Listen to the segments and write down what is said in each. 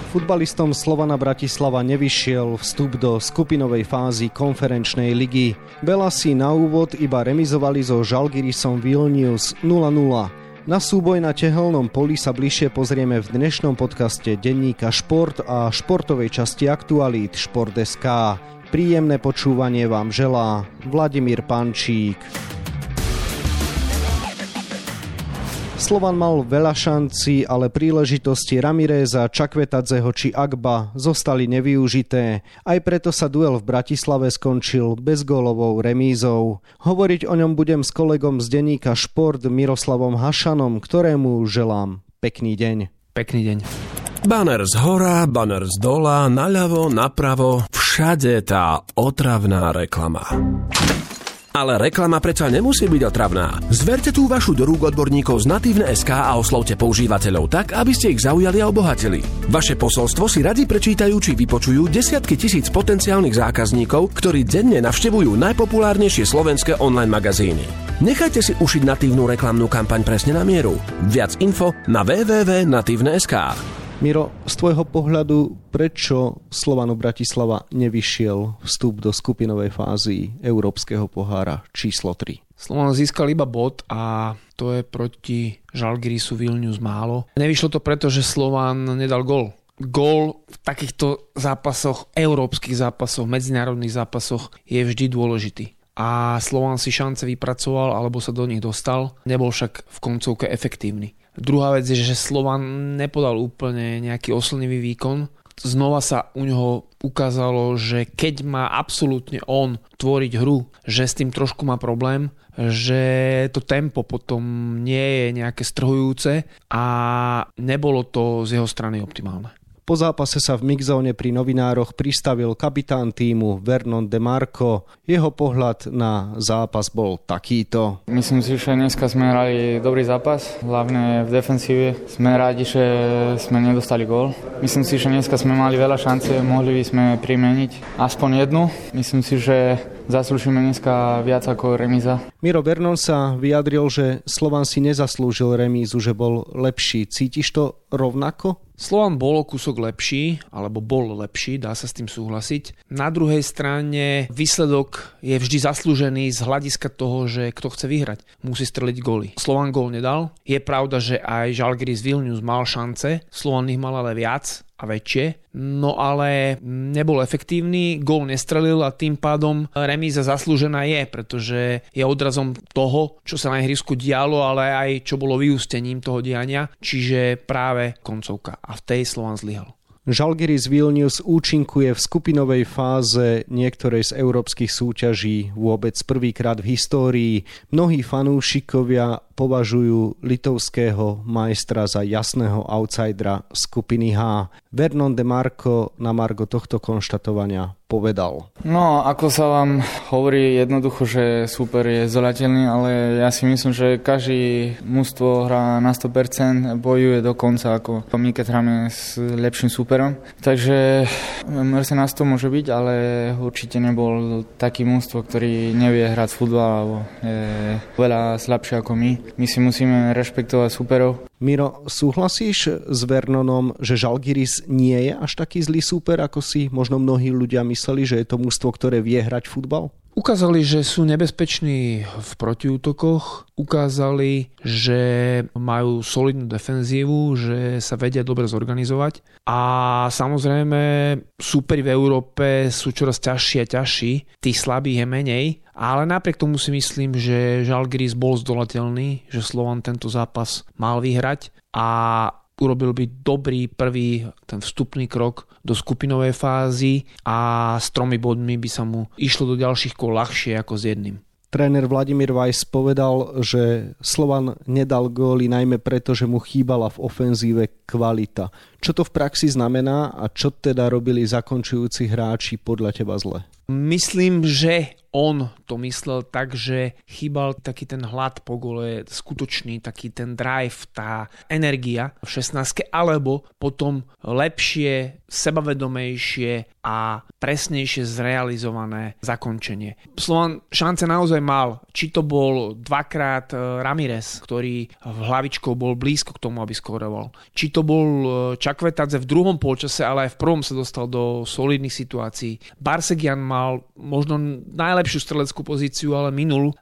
Futbalistom Slovana Bratislava nevyšiel vstup do skupinovej fázy konferenčnej ligy. Belasi na úvod iba remizovali so Žalgirisom Vilnius 0-0. Na súboj na tehelnom poli sa bližšie pozrieme v dnešnom podcaste denníka Šport a športovej časti aktualít Šport.sk. Príjemné počúvanie vám želá Vladimír Pančík. Slovan mal veľa šancí, ale príležitosti Ramireza, Čakvetadzeho či Agba zostali nevyužité. Aj preto sa duel v Bratislave skončil bezgólovou remízou. Hovoriť o ňom budem s kolegom z denníka Šport Miroslavom Hašanom, ktorému želám pekný deň. Pekný deň. Banner z hora, banner z dola, naľavo, napravo, všade tá otravná reklama. Ale reklama predsa nemusí byť otravná. Zverte tú vašu do rúk odborníkov z Natívne.sk a oslovte používateľov tak, aby ste ich zaujali a obohatili. Vaše posolstvo si radi prečítajú či vypočujú desiatky tisíc potenciálnych zákazníkov, ktorí denne navštevujú najpopulárnejšie slovenské online magazíny. Nechajte si ušiť natívnu reklamnú kampaň presne na mieru. Viac info na www.natívne.sk. Miro, z tvojho pohľadu, prečo Slovanu Bratislava nevyšiel vstup do skupinovej fázy Európskeho pohára číslo 3? Slovan získal iba bod a to je proti Žalgirisu Vilnius málo. Nevyšlo to preto, že Slovan nedal gól. Gól v takýchto zápasoch, európskych zápasoch, medzinárodných zápasoch je vždy dôležitý. A Slovan si šance vypracoval alebo sa do nich dostal, nebol však v koncovke efektívny. Druhá vec je, že Slovan nepodal úplne nejaký oslnivý výkon. Znova sa u ňoho ukázalo, že keď má absolútne on tvoriť hru, že s tým trošku má problém, že to tempo potom nie je nejaké strhujúce a nebolo to z jeho strany optimálne. Po zápase sa v mixzóne pri novinároch pristavil kapitán tímu Vernon De Marco. Jeho pohľad na zápas bol takýto. Myslím si, že dneska sme hrali dobrý zápas, hlavne v defensíve. Sme rádi, že sme nedostali gól. Myslím si, že dneska sme mali veľa šance, mohli by sme primeniť aspoň jednu. Myslím si, že zaslúžime dneska viac ako remíza. Miro, Vernon sa vyjadril, že Slovan si nezaslúžil remízu, že bol lepší. Cítiš to rovnako? Slovan bol kúsok lepší, alebo bol lepší, dá sa s tým súhlasiť. Na druhej strane výsledok je vždy zaslúžený z hľadiska toho, že kto chce vyhrať, musí streliť góly. Slovan gól nedal. Je pravda, že aj Žalgiris Vilnius mal šance, Slovan ich mal ale viac a väčšie, no ale nebol efektívny, gól nestrelil a tým pádom remíza zaslúžená je, pretože je odrazom toho, čo sa na ihrisku dialo, ale aj čo bolo vyústením toho diania, čiže práve koncovka. A v tej Slovan zlyhal. Žalgiris Vilnius účinkuje v skupinovej fáze niektorej z európskych súťaží vôbec prvýkrát v histórii. Mnohí fanúšikovia považujú litovského majstra za jasného outsidera skupiny H. Vernon De Marco na margo tohto konštatovania povedal. No, ako sa vám hovorí jednoducho, že super je zolateľný, ale ja si myslím, že každý mužstvo hrá na 100%, bojuje do konca, ako my, keď hráme s lepším superom. Takže mrzí nás to môže byť, ale určite nebol taký mužstvo, ktorý nevie hrať futbal, alebo je veľa slabšie ako my. My si musíme rešpektovať superov. Miro, súhlasíš s Vernonom, že Žalgiris nie je až taký zlý súper, ako si možno mnohí ľudia mysleli, že je to mužstvo, ktoré vie hrať futbal? Ukázali, že sú nebezpeční v protiútokoch, ukázali, že majú solidnú defenzívu, že sa vedia dobre zorganizovať a samozrejme súperi v Európe sú čoraz ťažší a ťažší, tých slabých je menej, ale napriek tomu si myslím, že Žalgiris bol zdolateľný, že Slovan tento zápas mal vyhrať a urobil by dobrý prvý ten vstupný krok do skupinovej fázy a s 3 bodmi by sa mu išlo do ďalších kôl ľahšie ako s jedným. Tréner Vladimír Weiss povedal, že Slovan nedal góly najmä preto, že mu chýbala v ofenzíve kvalita. Čo to v praxi znamená a čo teda robili zakončujúci hráči podľa teba zle? Myslím, že on to myslel tak, že chýbal taký ten hlad po gole, skutočný taký ten drive, tá energia v 16, alebo potom lepšie, sebavedomejšie a presnejšie zrealizované zakončenie. Slovan šance naozaj mal. Či to bol dvakrát Ramirez, ktorý v hlavičkou bol blízko k tomu, aby skóroval. Či to bol Čakvetadze v druhom polčase, ale aj v prvom sa dostal do solidných situácií. Barsegian mal možno najlepšiu streleckú pozíciu, ale minul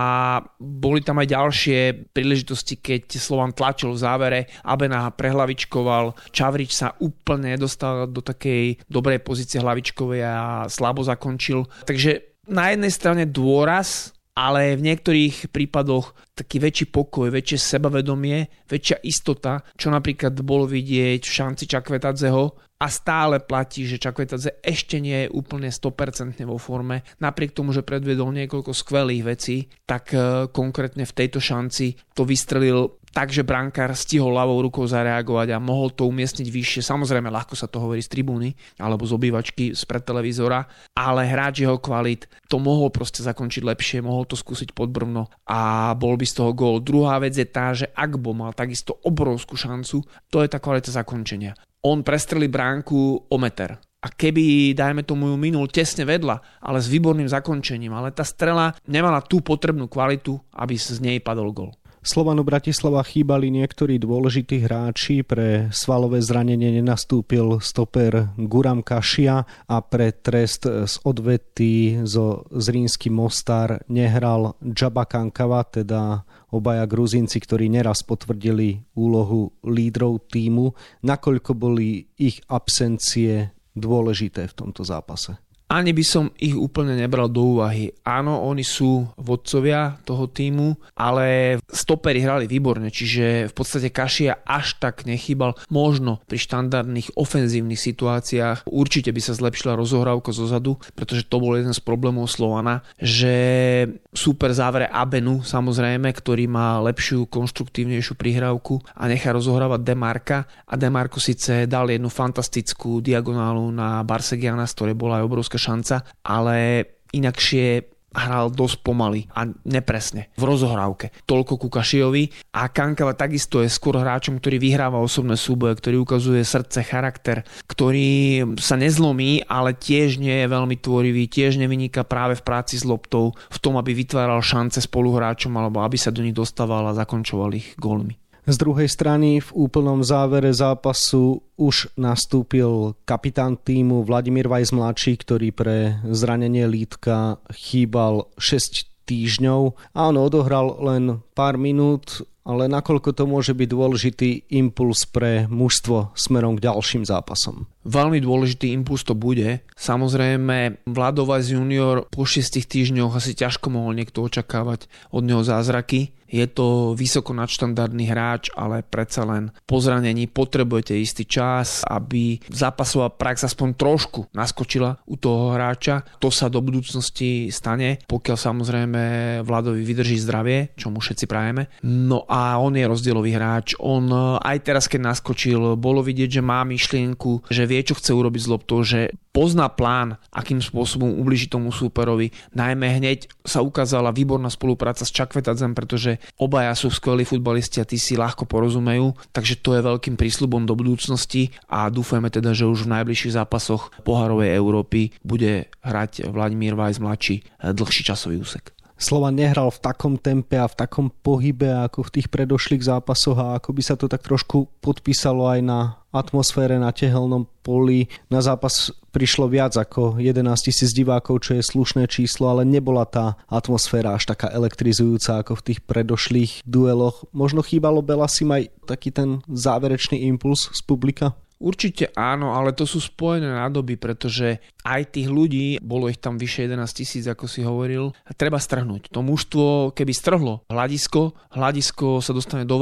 a boli tam aj ďalšie príležitosti, keď Slovan tlačil v závere, Abena prehlavičkoval, Čavrič sa úplne nedostal do takej dobrej pozície hlavičkovej a slabo zakončil. Takže na jednej strane dôraz, ale v niektorých prípadoch taký väčší pokoj, väčšie sebavedomie, väčšia istota, čo napríklad bolo vidieť v šanci Čakvetadzeho a stále platí, že Čakvetadze ešte nie je úplne 100% vo forme. Napriek tomu, že predvedol niekoľko skvelých vecí, tak konkrétne v tejto šanci to vystrelil tak, že brankár stihol ľavou rukou zareagovať a mohol to umiestniť vyššie. Samozrejme, ľahko sa to hovorí z tribúny alebo z obývačky spred televízora, ale hráč jeho kvalít to mohol proste zakončiť lepšie, mohol to skúsiť pod brvno a bol by z toho gól. Druhá vec je tá, že Agbo mal takisto obrovskú šancu, to je tá kvalita zakončenia. On prestrelí bránku o meter. A keby, dajme tomu, ju minul tesne vedľa, ale s výborným zakončením, ale tá strela nemala tú potrebnú kvalitu, aby z nej padol gól. Slovanu Bratislava chýbali niektorí dôležití hráči, pre svalové zranenie nenastúpil stoper Guram Kašia a pre trest z odvety zo Zrinský Mostar nehral Džaba Kankava, teda obaja Gruzínci, ktorí neraz potvrdili úlohu lídrov tímu. Nakoľko boli ich absencie dôležité v tomto zápase? Ani by som ich úplne nebral do úvahy. Áno, oni sú vodcovia toho tímu, ale stoperi hrali výborne, čiže v podstate Kašia až tak nechýbal. Možno pri štandardných ofenzívnych situáciách určite by sa zlepšila rozohrávka zozadu, pretože to bol jeden z problémov Slovana, že super závere Abenu, samozrejme, ktorý má lepšiu, konštruktívnejšiu prihrávku a nechá rozohrávať Demarka a Demarko síce dal jednu fantastickú diagonálu na Barsegiana, z ktorej bola aj obrovská šanca, ale inakšie hral dosť pomaly a nepresne v rozohrávke. Toľko ku Kašiovi a Kankava takisto je skôr hráčom, ktorý vyhráva osobné súboje, ktorý ukazuje srdce, charakter, ktorý sa nezlomí, ale tiež nie je veľmi tvorivý, tiež nevyniká práve v práci s loptou, v tom, aby vytváral šance spoluhráčom alebo aby sa do nich dostával a zakončoval ich gólmi. Z druhej strany v úplnom závere zápasu už nastúpil kapitán tímu Vladimír Weiss mladší, ktorý pre zranenie lítka chýbal 6 týždňov. Áno, odohral len pár minút, ale nakoľko to môže byť dôležitý impuls pre mužstvo smerom k ďalším zápasom? Veľmi dôležitý impuls to bude. Samozrejme, Vlado Weiss junior po 6 týždňoch asi ťažko mohol niekto očakávať od neho zázraky. Je to vysoko nadštandardný hráč, ale predsa len po zranení potrebujete istý čas, aby zápasová prax aspoň trošku naskočila u toho hráča. To sa do budúcnosti stane, pokiaľ samozrejme Vladovi vydrží zdravie, čo mu všetci prajeme. No a on je rozdielový hráč. On aj teraz, keď naskočil, bolo vidieť, že má myšlienku, že vie, čo chce urobiť s loptou, že pozná plán, akým spôsobom ubližiť tomu súperovi. Najmä hneď sa ukázala výborná spolupráca s Čakvetadzem, pretože obaja sú skvelí futbalisti a tí si ľahko porozumejú, takže to je veľkým prísľubom do budúcnosti a dúfajme teda, že už v najbližších zápasoch pohárovej Európy bude hrať Vladimír Weiss mladší dlhší časový úsek. Slovan nehral v takom tempe a v takom pohybe ako v tých predošlých zápasoch a ako by sa to tak trošku podpísalo aj na atmosfére na tehelnom poli. Na zápas prišlo viac ako 11 000 divákov, čo je slušné číslo, ale nebola tá atmosféra až taká elektrizujúca ako v tých predošlých dueloch. Možno chýbalo Belasim aj taký ten záverečný impuls z publika? Určite áno, ale to sú spojené nádoby, pretože aj tých ľudí, bolo ich tam vyše 11 000, ako si hovoril, treba strhnúť. To mužstvo, keby strhlo hľadisko sa dostane do varu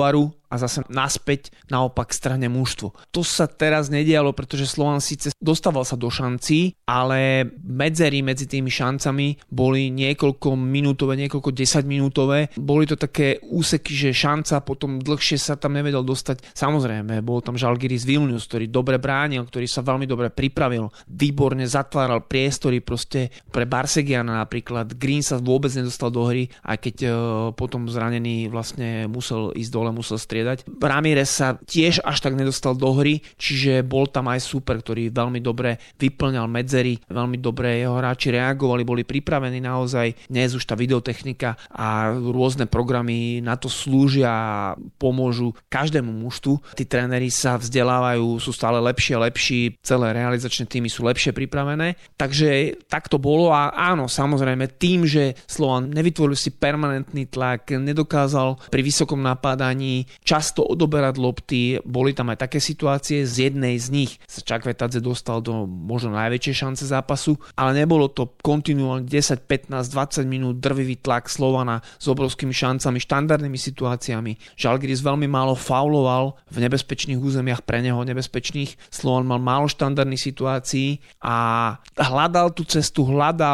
a zase naspäť naopak strhne mužstvo. To sa teraz nedialo, pretože Slovan síce dostával sa do šancí, ale medzery medzi tými šancami boli niekoľko minútové, niekoľko 10 minútové. Boli to také úseky, že šanca potom dlhšie sa tam nevedel dostať. Samozrejme, bol tam Žalgiris Vilnius, ktorý dobre bránil, ktorý sa veľmi dobre pripravil, výborne zatváral priestory proste pre Barsegiana napríklad. Green sa vôbec nedostal do hry, aj keď potom zranený vlastne musel ísť dole, musel striedať. Ramírez sa tiež až tak nedostal do hry, čiže bol tam aj super, ktorý veľmi dobre vyplňal medzery, veľmi dobre jeho hráči reagovali, boli pripravení naozaj. Dnes už tá videotechnika a rôzne programy na to slúžia a pomôžu každému mužstvu. Tí tréneri sa vzdelávajú, sú stále lepšie a lepší, celé realizačné týmy sú lepšie pripravené. Takže tak to bolo a áno, samozrejme tým, že Slovan nevytvoril si permanentný tlak, nedokázal pri vysokom napádaní často odoberať lopty, boli tam aj také situácie, z jednej z nich sa Čakvetadze dostal do možno najväčšej šance zápasu, ale nebolo to kontinuálne 10, 15, 20 minút drvivý tlak Slovana s obrovskými šancami, štandardnými situáciami. Žalgiris veľmi málo fauloval v nebezpečných územiach, pre neho nebezpečných. Slovan mal málo štandardných situácií a hľadal tú cestu,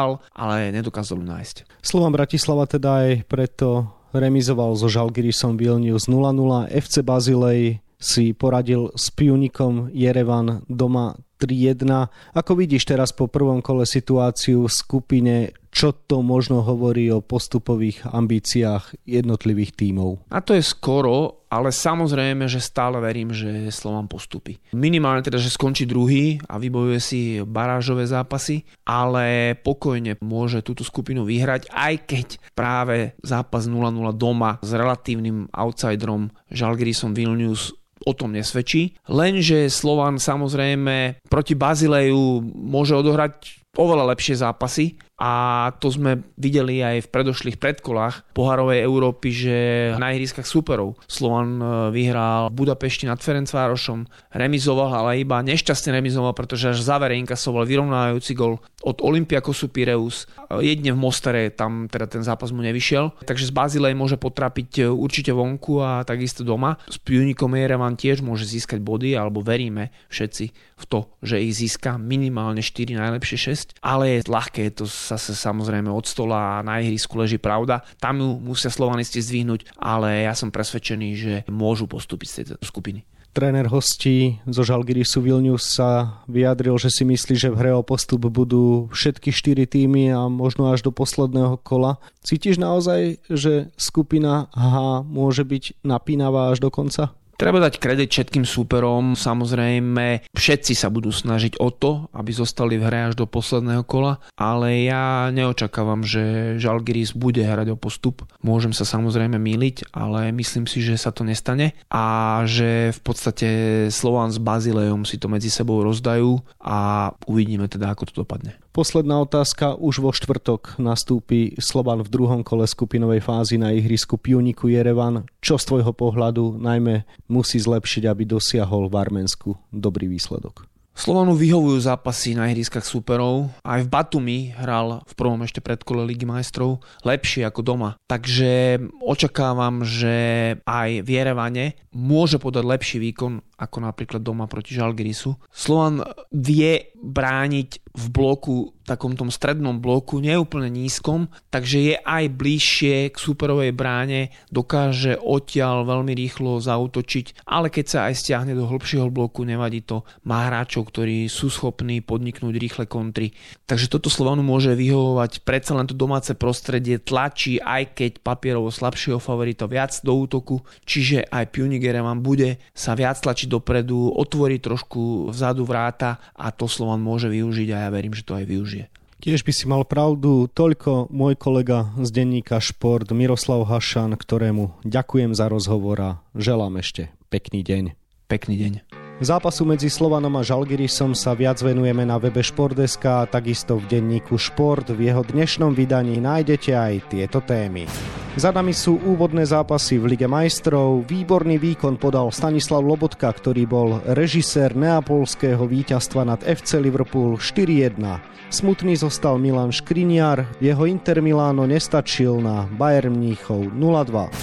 ale nedokázal ju nájsť. Slovan Bratislava teda aj preto remizoval so Žalgirisom Vilnius 0-0. FC Bazilej si poradil s Pionikom Jerevan doma 3-1. Ako vidíš teraz po prvom kole situáciu v skupine, čo to možno hovorí o postupových ambíciách jednotlivých tímov? A to je skoro, ale samozrejme, že stále verím, že Slovan postupí. Minimálne teda, že skončí druhý a vybojuje si barážové zápasy, ale pokojne môže túto skupinu vyhrať, aj keď práve zápas 0-0 doma s relatívnym outsiderom Žalgirisom Vilnius o tom nesvedčí. Lenže Slovan samozrejme proti Bazileju môže odohrať oveľa lepšie zápasy a to sme videli aj v predošlých predkolách pohárovej Európy, že na ihriskách súperov Slovan vyhral v Budapešti nad Ferencvárošom, remizoval, ale iba nešťastne remizoval, pretože až v závere inkasoval vyrovnávajúci gól od Olympiakosu Pireus. Jedne v Mostare, tam teda ten zápas mu nevyšiel, takže z Bazilej môže potrapiť určite vonku a takisto doma. S Pionikom Jerevan tiež môže získať body, alebo veríme všetci v to, že ich získa minimálne 4, najlepšie 6, ale je ľahké, je to zase samozrejme od stola a na ihrisku leží pravda. Tam ju musia slovanisti zdvihnúť, ale ja som presvedčený, že môžu postúpiť z tejto skupiny. Tréner hostí zo Žalgirisu Vilnius sa vyjadril, že si myslí, že v hre o postup budú všetky 4 týmy a možno až do posledného kola. Cítiš naozaj, že skupina H môže byť napínavá až do konca? Treba dať kredit všetkým súperom, samozrejme všetci sa budú snažiť o to, aby zostali v hre až do posledného kola, ale ja neočakávam, že Žalgiris bude hrať o postup. Môžem sa samozrejme mýliť, ale myslím si, že sa to nestane a že v podstate Slovan s Bazilejom si to medzi sebou rozdajú a uvidíme teda, ako to dopadne. Posledná otázka. Už vo štvrtok nastúpi Slovan v druhom kole skupinovej fázy na ihrisku Pioniku Jerevan. Čo z tvojho pohľadu najmä musí zlepšiť, aby dosiahol v Arménsku dobrý výsledok? Slovanu vyhovujú zápasy na ihriskách súperov. Aj v Batumi hral v prvom ešte predkole Ligy majstrov lepšie ako doma. Takže očakávam, že aj v Jerevane môže podať lepší výkon ako napríklad doma proti Žalgirisu. Slovan vie brániť v bloku, takom tom strednom bloku, neúplne nízkom, takže je aj bližšie k súperovej bráne, dokáže odtiaľ veľmi rýchlo zaútočiť, ale keď sa aj stiahne do hlbšieho bloku, nevadí to, má hráčov, ktorí sú schopní podniknúť rýchle kontry. Takže toto Slovanu môže vyhovovať, predsa len to domáce prostredie tlačí, aj keď papierovo slabšieho favorita viac do útoku, čiže aj Pionik Jerevan bude sa viac tlačiť dopredu, otvorí trošku vzadu vráta a to Slovan môže využiť a ja verím, že to aj využije. Tiež by si mal pravdu, toľko môj kolega z denníka Šport Miroslav Hašan, ktorému ďakujem za rozhovor a želám ešte pekný deň. Pekný deň. Zápasu medzi Slovanom a Žalgirisom sa viac venujeme na webe Šport.sk a takisto v denníku Šport. V jeho dnešnom vydaní nájdete aj tieto témy. Za nami sú úvodné zápasy v Lige majstrov. Výborný výkon podal Stanislav Lobotka, ktorý bol režisér neapolského víťazstva nad FC Liverpool 4-1. Smutný zostal Milan Škriniar, jeho Inter Miláno nestačil na Bayern Mníchov 0-2.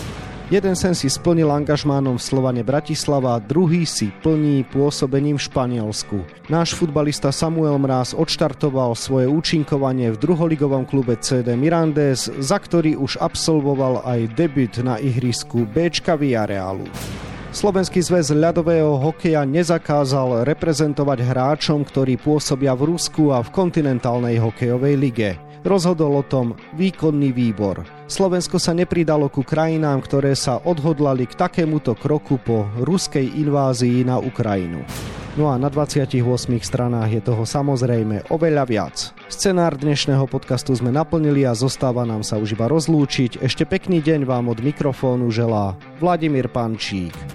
Jeden sen si splnil angažmánom v Slovane Bratislava, druhý si plní pôsobením v Španielsku. Náš futbalista Samuel Mráz odštartoval svoje účinkovanie v druholigovom klube CD Mirandes, za ktorý už absolvoval aj debut na ihrisku Béčka Villarealu. Slovenský zväz ľadového hokeja nezakázal reprezentovať hráčom, ktorí pôsobia v Rusku a v kontinentálnej hokejovej lige. Rozhodol o tom výkonný výbor. Slovensko sa nepridalo ku krajinám, ktoré sa odhodlali k takémuto kroku po ruskej invázii na Ukrajinu. No a na 28 stranách je toho samozrejme oveľa viac. Scenár dnešného podcastu sme naplnili a zostáva nám sa už iba rozlúčiť. Ešte pekný deň vám od mikrofónu želá Vladimír Pančík.